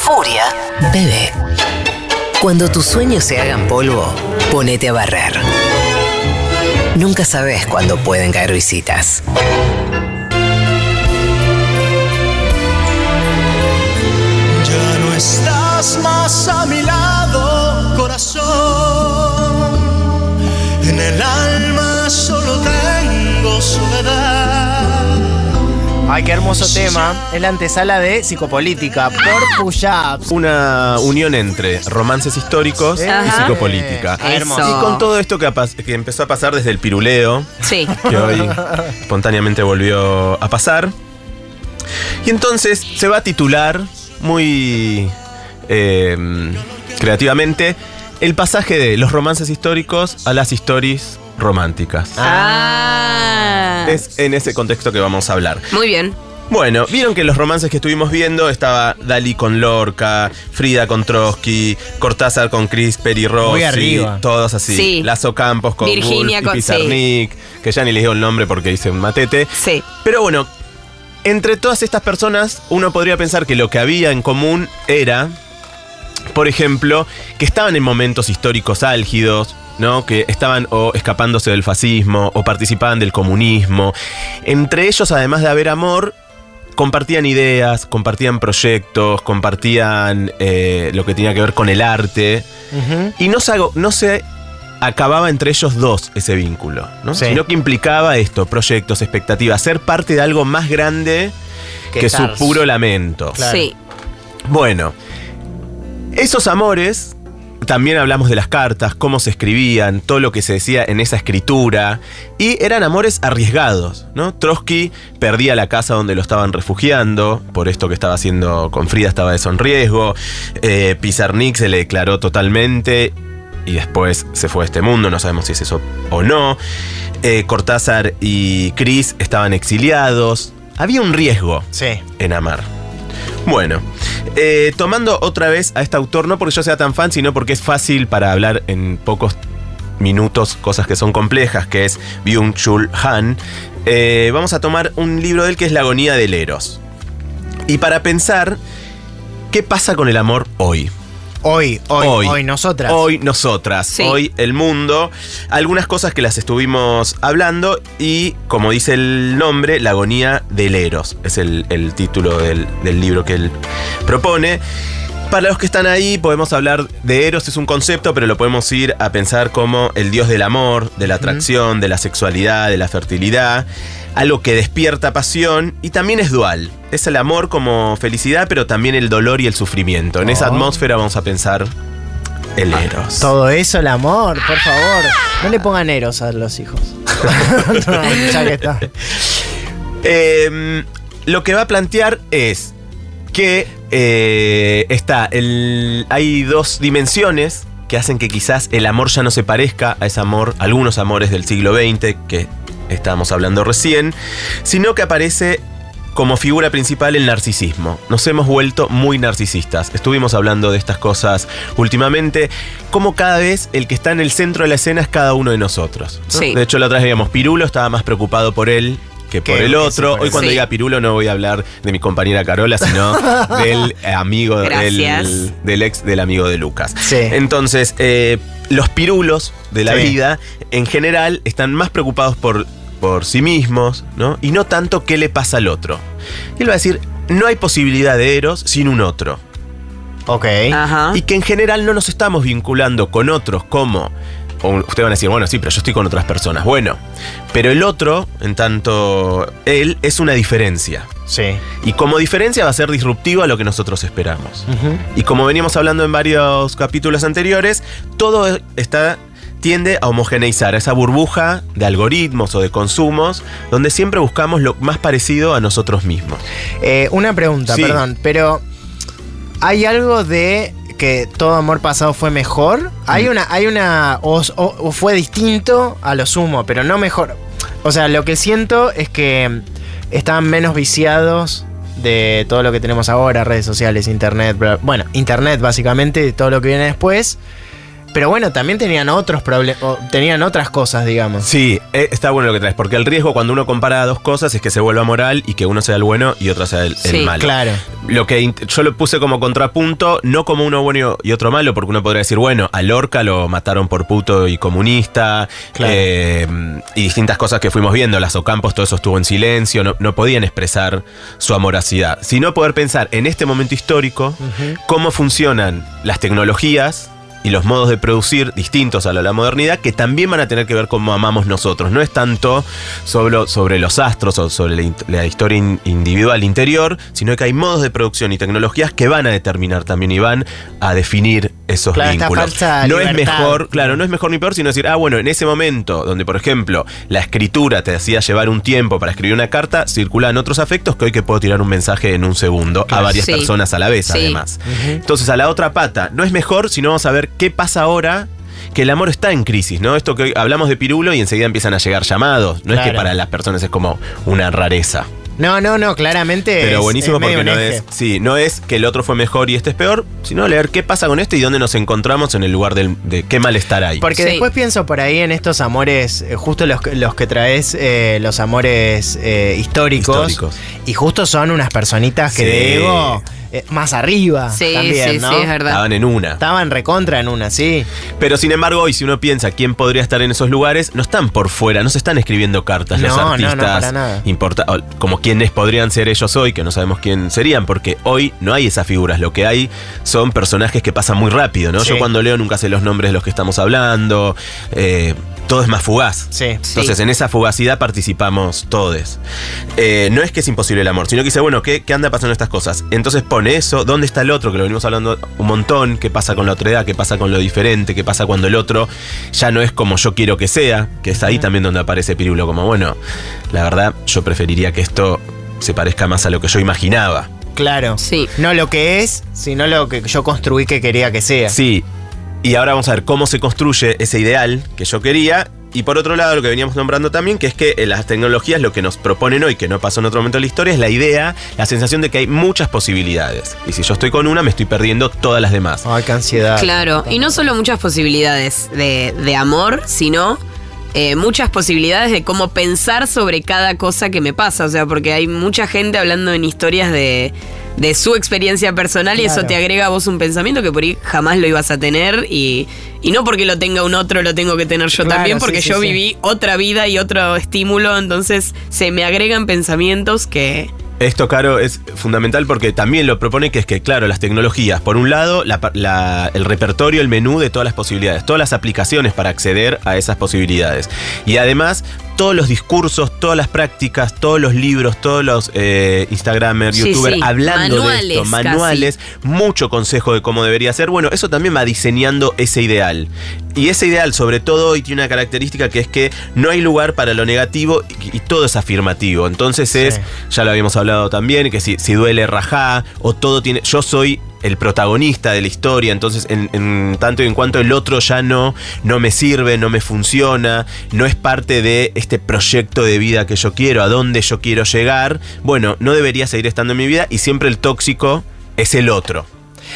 Furia, bebé. Cuando tus sueños se hagan polvo, ponete a barrer. Nunca sabes cuándo pueden caer visitas. Ya no estás más a mi lado, corazón. En el alma solo tengo soledad. Ay, qué hermoso tema. Es la antesala de Psicopolítica por Push-Ups. Una unión entre romances históricos y psicopolítica. Hermoso. Y con todo esto que empezó a pasar desde el piruleo, Sí. que hoy espontáneamente volvió a pasar. Y entonces se va a titular muy creativamente el pasaje de los romances históricos a las stories románticas. Es en ese contexto que vamos a hablar. Muy bien. Bueno, vieron que los romances que estuvimos viendo estaba Dalí con Lorca, Frida con Trotsky, Cortázar con Crisper y Rossi, Muy arriba. todos así. Sí. Lazo Campos con Virginia Woolf y con- Pizarnik, que ya ni les digo el nombre porque hice un matete. Sí. Pero bueno, entre todas estas personas, uno podría pensar que lo que había en común era, por ejemplo, que estaban en momentos históricos álgidos, ¿no? Que estaban o escapándose del fascismo o participaban del comunismo. Entre ellos, además de haber amor, compartían ideas, compartían proyectos, compartían lo que tenía que ver con el arte. Y no se acababa entre ellos dos ese vínculo, ¿no? Sí. Sino que implicaba esto, proyectos, expectativas, ser parte de algo más grande que su Stars. puro lamento. Claro. Sí. Bueno, esos amores, también hablamos de las cartas, cómo se escribían, todo lo que se decía en esa escritura, y eran amores arriesgados, ¿no? Trotsky perdía la casa donde lo estaban refugiando, por esto que estaba haciendo con Frida estaba eso en riesgo, Pizarnik se le declaró totalmente y después se fue a este mundo, no sabemos si es eso o no, Cortázar y Cris estaban exiliados, había un riesgo Sí. en amar. Bueno, tomando otra vez a este autor, no porque yo sea tan fan, sino porque es fácil para hablar en pocos minutos cosas que son complejas, que es Byung-Chul Han, vamos a tomar un libro de él que es La agonía del Eros. Y para pensar, ¿qué pasa con el amor hoy? Hoy, nosotras. Hoy nosotras, Sí. hoy el mundo. Algunas cosas que las estuvimos hablando y, como dice el nombre, La agonía del Eros. Es el título del libro que él propone. Para los que están ahí, podemos hablar de Eros, es un concepto, pero lo podemos ir a pensar como el dios del amor, de la atracción, de la sexualidad, de la fertilidad. Algo que despierta pasión y también es dual. Es el amor como felicidad, pero también el dolor y el sufrimiento. En esa atmósfera vamos a pensar el Eros. Todo eso, el amor, por favor. No le pongan Eros a los hijos. No, ya que está. Lo que va a plantear es que hay dos dimensiones que hacen que quizás el amor ya no se parezca a ese amor, algunos amores del siglo XX que estábamos hablando recién, sino que aparece como figura principal el narcisismo. Nos hemos vuelto muy narcisistas. Estuvimos hablando de estas cosas últimamente, como cada vez el que está en el centro de la escena es cada uno de nosotros, ¿no? Sí. De hecho, la otra vez veíamos Pirulo, estaba más preocupado por él que por el otro. Hoy cuando Sí. diga Pirulo no voy a hablar de mi compañera Carola, sino del amigo Gracias. del ex del amigo de Lucas. Sí. Entonces, los pirulos de la Sí. vida, en general, están más preocupados por sí mismos, ¿no? Y no tanto qué le pasa al otro. Y él va a decir, no hay posibilidad de Eros sin un otro. Ok. Ajá. Y que en general no nos estamos vinculando con otros como... O ustedes van a decir, bueno, sí, pero yo estoy con otras personas. Bueno, pero el otro, en tanto él, es una diferencia. Sí. Y como diferencia va a ser disruptivo a lo que nosotros esperamos. Y como veníamos hablando en varios capítulos anteriores, todo tiende a homogeneizar, a esa burbuja de algoritmos o de consumos, donde siempre buscamos lo más parecido a nosotros mismos. Una pregunta, Sí. perdón, pero ¿hay algo de que todo amor pasado fue mejor? ¿Hay una o fue distinto a lo sumo, pero no mejor? O sea, lo que siento es que estaban menos viciados de todo lo que tenemos ahora, redes sociales, internet, bueno, internet básicamente, todo lo que viene después. Pero bueno, también tenían otros problemas, tenían otras cosas, digamos. Sí, está bueno lo que traes, porque el riesgo cuando uno compara dos cosas es que se vuelva moral y que uno sea el bueno y otro sea el malo. Claro. Lo que yo lo puse como contrapunto, no como uno bueno y otro malo, porque uno podría decir, bueno, a Lorca lo mataron por puto y comunista, Claro. Y distintas cosas que fuimos viendo, las Ocampos, todo eso estuvo en silencio, no podían expresar su amorosidad, sino poder pensar en este momento histórico cómo funcionan las tecnologías y los modos de producir distintos a la modernidad que también van a tener que ver cómo amamos nosotros. No es tanto sobre los astros o sobre la historia individual interior, sino que hay modos de producción y tecnologías que van a determinar también y van a definir esos vínculos. No es mejor, claro, no es mejor ni peor, sino decir, bueno, en ese momento donde, por ejemplo, la escritura te hacía llevar un tiempo para escribir una carta, circulan otros afectos que hoy que puedo tirar un mensaje en un segundo a varias personas a la vez, además. Entonces, a la otra pata, no es mejor, sino vamos a ver qué pasa ahora que el amor está en crisis, ¿no? Esto que hoy hablamos de Pirulo y enseguida empiezan a llegar llamados. No es que para las personas es como una rareza. No, claramente. Pero buenísimo porque no es que el otro fue mejor y este es peor, sino leer qué pasa con este y dónde nos encontramos en el lugar de qué malestar hay. Porque después pienso por ahí en estos amores, justo los que traes, los amores históricos. Y justo son unas personitas que de ego más arriba también, ¿no? Sí, es verdad. Estaban en una. Estaban recontra en una, sí. Pero sin embargo, hoy si uno piensa quién podría estar en esos lugares, no están por fuera, no se están escribiendo cartas los artistas. No, para nada. Como quienes podrían ser ellos hoy, que no sabemos quién serían, porque hoy no hay esas figuras. Lo que hay son personajes que pasan muy rápido, ¿no? Sí. Yo cuando leo nunca sé los nombres de los que estamos hablando. Todo es más fugaz. Sí. Entonces, en esa fugacidad participamos todos. No es que es imposible el amor, sino que dice, bueno, ¿qué anda pasando estas cosas? Entonces pone eso, ¿dónde está el otro? Que lo venimos hablando un montón, ¿qué pasa con la otra edad? ¿Qué pasa con lo diferente? ¿Qué pasa cuando el otro ya no es como yo quiero que sea? Que es ahí también donde aparece Pirulo, como, bueno, la verdad, yo preferiría que esto se parezca más a lo que yo imaginaba. Claro. Sí. No lo que es, sino lo que yo construí que quería que sea. Sí. Y ahora vamos a ver cómo se construye ese ideal que yo quería. Y por otro lado, lo que veníamos nombrando también, que es que las tecnologías lo que nos proponen hoy, que no pasó en otro momento de la historia, es la idea, la sensación de que hay muchas posibilidades. Y si yo estoy con una, me estoy perdiendo todas las demás. Ay, qué ansiedad. Claro, y no solo muchas posibilidades de amor, sino muchas posibilidades de cómo pensar sobre cada cosa que me pasa. O sea, porque hay mucha gente hablando en historias de su experiencia personal, y eso te agrega a vos un pensamiento que por ahí jamás lo ibas a tener, y no porque lo tenga un otro lo tengo que tener yo también, porque yo viví otra vida y otro estímulo, entonces se me agregan pensamientos que... Esto, Caro, es fundamental porque también lo propone, que es que, claro, las tecnologías, por un lado, el repertorio, el menú de todas las posibilidades, todas las aplicaciones para acceder a esas posibilidades. Y además, todos los discursos, todas las prácticas, todos los libros, todos los Instagramers, YouTubers, hablando de esto, manuales, mucho consejo de cómo debería ser. Bueno, eso también va diseñando ese ideal. Y ese ideal, sobre todo hoy, tiene una característica que es que no hay lugar para lo negativo y todo es afirmativo. Entonces ya lo habíamos hablado también, que si duele, rajá, o todo tiene... Yo soy el protagonista de la historia, entonces en tanto y en cuanto el otro ya no me sirve, no me funciona, no es parte de este proyecto de vida que yo quiero, a dónde yo quiero llegar, bueno, no debería seguir estando en mi vida, y siempre el tóxico es el otro.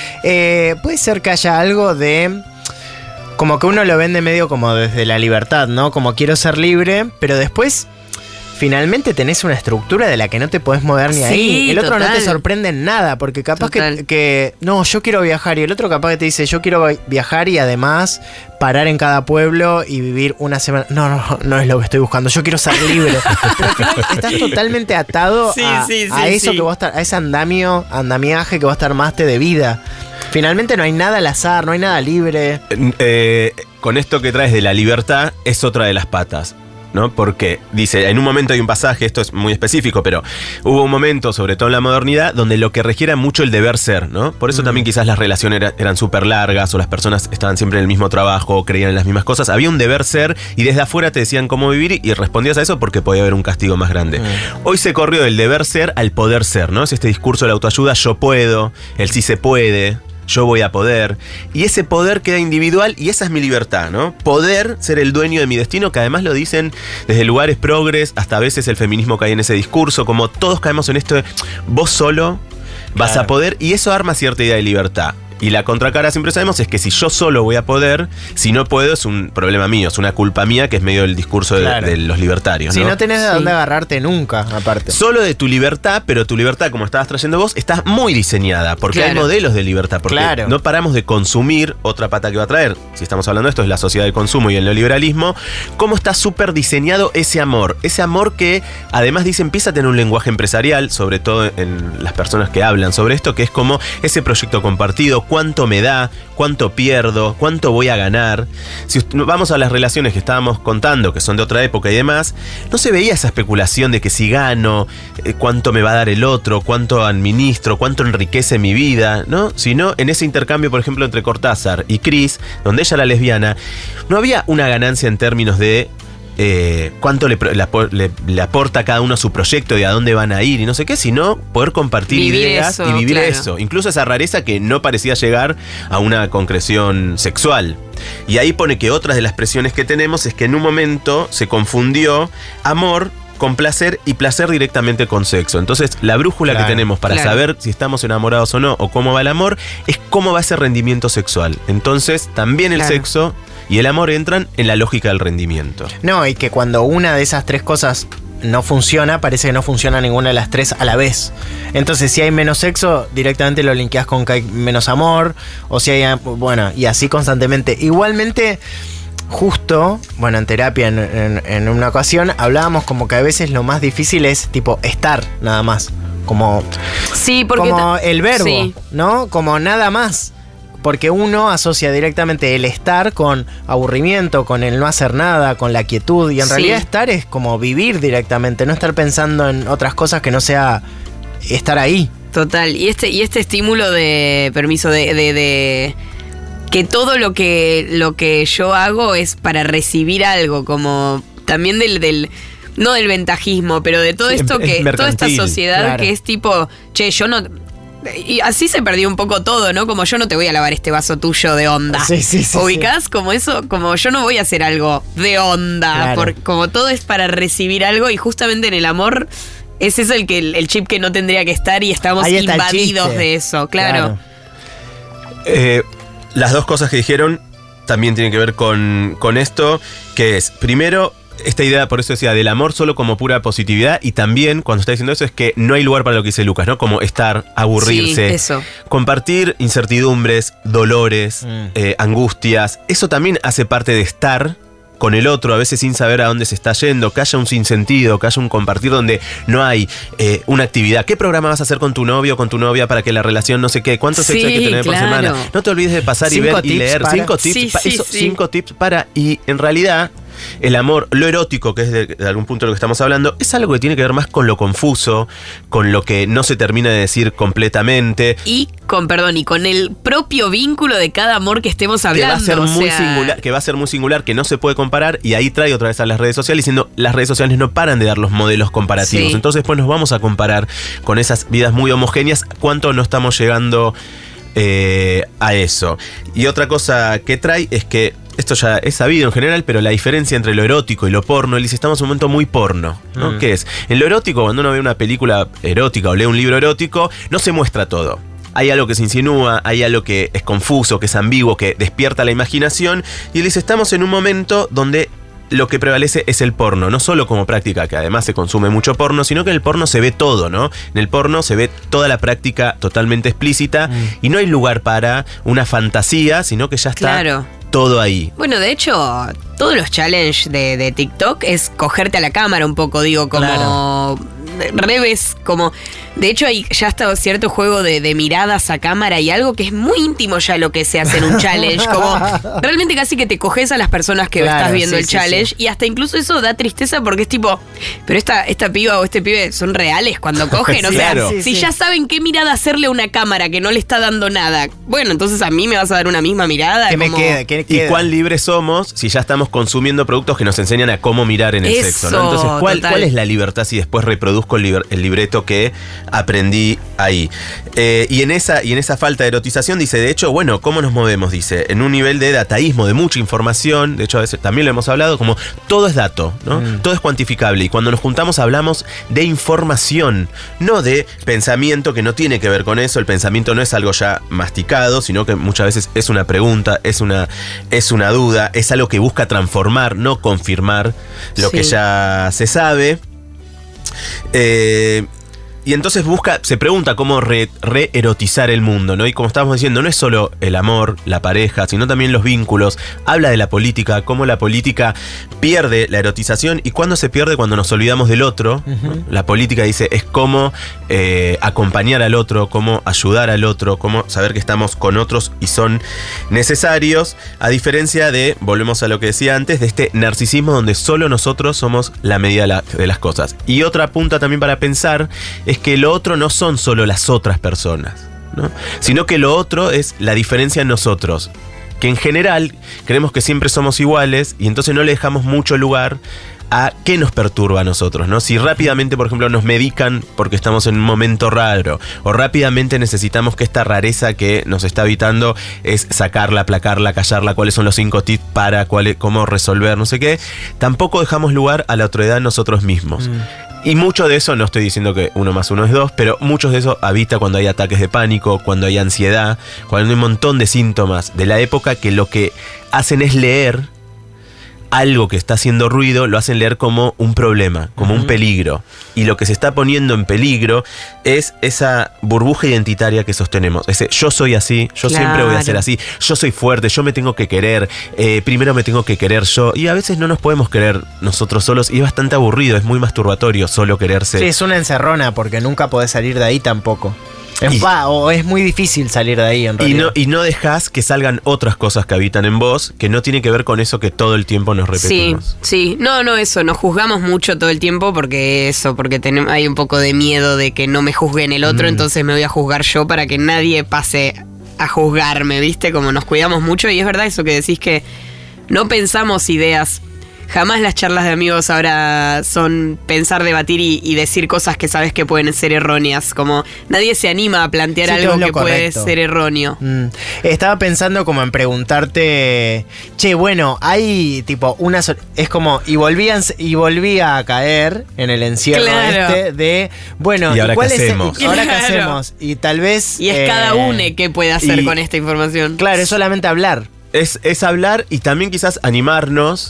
Puede ser que haya algo de... Como que uno lo vende medio como desde la libertad, ¿no? Como quiero ser libre, pero después... Finalmente tenés una estructura de la que no te podés mover ni ahí. El otro no te sorprende en nada, porque capaz que no, yo quiero viajar, y el otro capaz que te dice, yo quiero viajar y además parar en cada pueblo y vivir una semana. No es lo que estoy buscando, yo quiero ser libre. Pero al final estás totalmente atado a eso que vos a ese andamiaje que vos te armaste de vida. Finalmente no hay nada al azar, no hay nada libre. Con esto que traes de la libertad, es otra de las patas, ¿no? Porque dice, en un momento hay un pasaje, esto es muy específico, pero hubo un momento, sobre todo en la modernidad, donde lo que regiera mucho el deber ser, ¿no? Por eso también quizás las relaciones eran súper largas, o las personas estaban siempre en el mismo trabajo, o creían en las mismas cosas. Había un deber ser, y desde afuera te decían cómo vivir, y respondías a eso porque podía haber un castigo más grande. Hoy se corrió del deber ser al poder ser, ¿no? Es este discurso de la autoayuda, yo puedo, el sí se puede, yo voy a poder, y ese poder queda individual, y esa es mi libertad, ¿no? Poder ser el dueño de mi destino, que además lo dicen desde lugares progres, hasta a veces el feminismo cae en ese discurso, como todos caemos en esto de vos solo vas a poder, y eso arma cierta idea de libertad. Y la contracara, siempre sabemos, es que si yo solo voy a poder, si no puedo es un problema mío, es una culpa mía, que es medio el discurso de los libertarios. Si no tenés de Sí. dónde agarrarte nunca, aparte. Solo de tu libertad, pero tu libertad, como estabas trayendo vos, está muy diseñada, porque hay Claro. modelos de libertad, porque Claro. no paramos de consumir. Otra pata que va a traer, si estamos hablando de esto, es la sociedad de consumo y el neoliberalismo. Cómo está súper diseñado ese amor que además dice empieza a tener un lenguaje empresarial, sobre todo en las personas que hablan sobre esto, que es como ese proyecto compartido, cuánto me da, cuánto pierdo, cuánto voy a ganar. Si vamos a las relaciones que estábamos contando, que son de otra época y demás, no se veía esa especulación de que si gano, cuánto me va a dar el otro, cuánto administro, cuánto enriquece mi vida, ¿no? Sino en ese intercambio, por ejemplo, entre Cortázar y Cris, donde ella era lesbiana, no había una ganancia en términos de cuánto le aporta a cada uno a su proyecto y a dónde van a ir y no sé qué, sino poder compartir Vivir ideas eso, y vivir claro. eso. Incluso esa rareza que no parecía llegar a una concreción sexual. Y ahí pone que otra de las presiones que tenemos es que en un momento se confundió amor con placer y placer directamente con sexo. Entonces, la brújula Claro, que tenemos para claro. saber si estamos enamorados o no, o cómo va el amor, es cómo va ese rendimiento sexual. Entonces, también el Claro. sexo y el amor entran en la lógica del rendimiento. No, y que cuando una de esas tres cosas no funciona, parece que no funciona ninguna de las tres a la vez. Entonces, si hay menos sexo, directamente lo linkeás con que hay menos amor, o si hay, bueno, y así constantemente. Igualmente, justo, bueno, en terapia en una ocasión, hablábamos como que a veces lo más difícil es tipo estar, nada más. Como, Sí, porque como el verbo, Sí. ¿no? Como nada más. Porque uno asocia directamente el estar con aburrimiento, con el no hacer nada, con la quietud. Y en Sí. realidad estar es como vivir directamente, no estar pensando en otras cosas que no sea estar ahí. Total, y este estímulo de permiso de que todo lo que yo hago es para recibir algo, como también del no del ventajismo, pero de todo Sí, esto es que toda esta mercantil, sociedad claro. que es tipo, che, yo no. Y así se perdió un poco todo, ¿no? Como yo no te voy a lavar este vaso tuyo de onda. Sí, sí, sí, ¿Ubicás? Como eso, como yo no voy a hacer algo de onda. Claro. Como todo es para recibir algo, y justamente en el amor ese es el chip que no tendría que estar, y estamos Ahí está el invadidos chiste. de eso, claro. Las dos cosas que dijeron también tienen que ver con esto, que es, primero, esta idea, por eso decía, del amor solo como pura positividad, y también, cuando está diciendo eso, es que no hay lugar para lo que dice Lucas, ¿no? Como estar, aburrirse, Sí, eso. compartir incertidumbres, dolores, angustias. Eso también hace parte de estar con el otro, a veces sin saber a dónde se está yendo, que haya un sinsentido, que haya un compartir donde no hay una actividad. ¿Qué programa vas a hacer con tu novio o con tu novia para que la relación no sé qué? ¿Cuánto sexo hay que Sí, tener claro. por semana? No te olvides de pasar y 5 ver y tips leer. para. 5 tips. Sí, sí, sí. 5 tips para. Y en realidad, el amor, lo erótico, que es de algún punto de lo que estamos hablando, es algo que tiene que ver más con lo confuso, con lo que no se termina de decir completamente. Y con el propio vínculo de cada amor que estemos Que hablando. va a ser o muy sea, singular, que va a ser muy singular, que no se puede comparar, y ahí trae otra vez a las redes sociales diciendo las redes sociales no paran de dar los modelos comparativos. Sí. Entonces pues nos vamos a comparar con esas vidas muy homogéneas, cuánto no estamos llegando a eso. Y otra cosa que trae es que esto ya es sabido en general, pero la diferencia entre lo erótico y lo porno, él dice, estamos en un momento muy porno, ¿no? ¿Qué es? En lo erótico, cuando uno ve una película erótica o lee un libro erótico, no se muestra todo. Hay algo que se insinúa, hay algo que es confuso, que es ambiguo, que despierta la imaginación. Y él dice, estamos en un momento donde lo que prevalece es el porno, no solo como práctica, que además se consume mucho porno, sino que en el porno se ve todo, ¿no? En el porno se ve toda la práctica totalmente explícita y no hay lugar para una fantasía, sino que ya está Claro. todo ahí. Bueno, de hecho, todos los challenges de TikTok es cogerte a la cámara un poco, digo, como Claro. revés, como. De hecho, hay ya está cierto juego de miradas a cámara y algo que es muy íntimo ya lo que se hace en un challenge. Como realmente casi que te coges a las personas que Claro, estás viendo sí, el sí, challenge. sí. Y hasta incluso eso da tristeza porque es tipo, pero esta piba o este pibe son reales cuando cogen. O sea, Claro. Sí, si sí. ya saben qué mirada hacerle a una cámara que no le está dando nada, bueno, entonces a mí me vas a dar una misma mirada. ¿Qué me como- queda? ¿Qué Y queda? cuán libres somos si ya estamos consumiendo productos que nos enseñan a cómo mirar en el Eso, sexo, ¿no? Entonces, total. ¿cuál es la libertad si después reproduzco traduzco el libreto que aprendí ahí. Y en esa falta de erotización dice, de hecho, bueno, ¿cómo nos movemos? Dice, en un nivel de dataísmo, de mucha información, de hecho a veces también lo hemos hablado, como todo es dato, ¿no? Todo es cuantificable, y cuando nos juntamos hablamos de información, no de pensamiento, que no tiene que ver con eso. El pensamiento no es algo ya masticado, sino que muchas veces es una pregunta, es una duda, es algo que busca transformar, no confirmar lo que ya se sabe. Y entonces se pregunta cómo re-erotizar el mundo, ¿no? Y como estábamos diciendo, no es solo el amor, la pareja, sino también los vínculos. Habla de la política, cómo la política pierde la erotización, y cuando se pierde, cuando nos olvidamos del otro. ¿No? La política dice, es cómo acompañar al otro, cómo ayudar al otro, cómo saber que estamos con otros y son necesarios, a diferencia de, volvemos a lo que decía antes, de este narcisismo donde solo nosotros somos la medida de las cosas. Y otra punta también para pensar es que lo otro no son solo las otras personas, ¿no? Sino que lo otro es la diferencia en nosotros, que en general creemos que siempre somos iguales, y entonces no le dejamos mucho lugar a qué nos perturba a nosotros, ¿no? Si rápidamente, por ejemplo, nos medican porque estamos en un momento raro, o rápidamente necesitamos que esta rareza que nos está habitando es sacarla, aplacarla, callarla, cuáles son los 5 tips para cómo resolver, no sé qué, tampoco dejamos lugar a la otredad en nosotros mismos. Y mucho de eso, no estoy diciendo que 1 más 1 es 2, pero mucho de eso habita cuando hay ataques de pánico, cuando hay ansiedad, cuando hay un montón de síntomas de la época que lo que hacen es leer algo que está haciendo ruido, lo hacen leer como un problema, como un peligro. Y lo que se está poniendo en peligro es esa burbuja identitaria que sostenemos. Ese yo soy así, yo siempre voy a ser así, yo soy fuerte, yo me tengo que querer, primero me tengo que querer yo. Y a veces no nos podemos querer nosotros solos, y es bastante aburrido, es muy masturbatorio solo quererse. Sí, es una encerrona porque nunca podés salir de ahí tampoco. O es muy difícil salir de ahí, en realidad. Y no dejás que salgan otras cosas que habitan en vos, que no tiene que ver con eso que todo el tiempo nos repetimos. Sí. No, eso. Nos juzgamos mucho todo el tiempo porque hay un poco de miedo de que no me juzguen el otro, entonces me voy a juzgar yo para que nadie pase a juzgarme, ¿viste? Como nos cuidamos mucho, y es verdad eso que decís, que no pensamos ideas. Jamás las charlas de amigos ahora son pensar, debatir y decir cosas que sabes que pueden ser erróneas. Como nadie se anima a plantear algo que puede ser erróneo. Estaba pensando como en preguntarte, che, bueno, hay tipo es como, y volvía a caer en el encierro de, bueno, ¿y ahora qué hacemos? ¿Ahora qué hacemos? Y tal vez... Y es cada uno qué puede hacer con esta información. Claro, es solamente hablar. Es hablar, y también quizás animarnos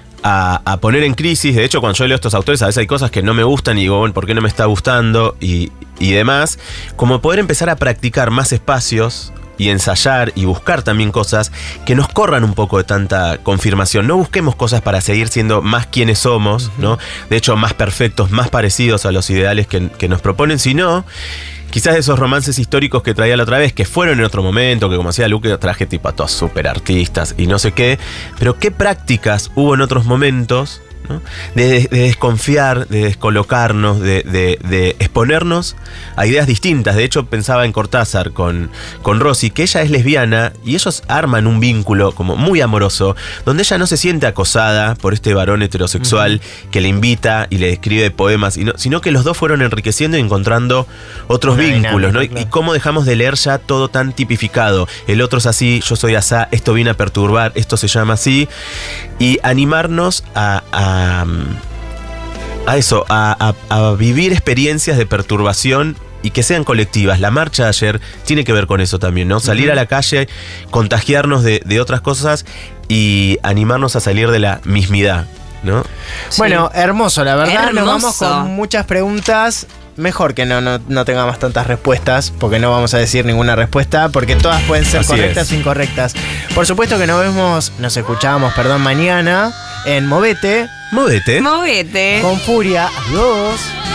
a poner en crisis. De hecho, cuando yo leo a estos autores, a veces hay cosas que no me gustan y digo, bueno, ¿por qué no me está gustando? Y demás. Como poder empezar a practicar más espacios y ensayar y buscar también cosas que nos corran un poco de tanta confirmación. No busquemos cosas para seguir siendo más quienes somos, ¿no? De hecho, más perfectos, más parecidos a los ideales que nos proponen, sino quizás esos romances históricos que traía la otra vez, que fueron en otro momento, que como decía Luque, traje tipo a todos súper artistas y no sé qué, pero qué prácticas hubo en otros momentos, ¿no? De desconfiar, de descolocarnos, de exponernos a ideas distintas. De hecho, pensaba en Cortázar con Rosy, que ella es lesbiana, y ellos arman un vínculo como muy amoroso, donde ella no se siente acosada por este varón heterosexual que le invita y le escribe poemas, sino que los dos fueron enriqueciendo y encontrando otros vínculos, ¿no? Claro. Y cómo dejamos de leer ya todo tan tipificado. El otro es así, yo soy asá, esto viene a perturbar, esto se llama así, y animarnos a vivir experiencias de perturbación y que sean colectivas. La marcha de ayer tiene que ver con eso también, ¿no? Salir a la calle, contagiarnos de otras cosas y animarnos a salir de la mismidad, ¿no? Sí. Bueno, hermoso, la verdad. Hermoso. Nos vamos con muchas preguntas. Mejor que no tengamos tantas respuestas, porque no vamos a decir ninguna respuesta, porque todas pueden ser correctas o incorrectas. Por supuesto que nos escuchamos, mañana en Movete. Movete. Movete. Con Furia. Adiós.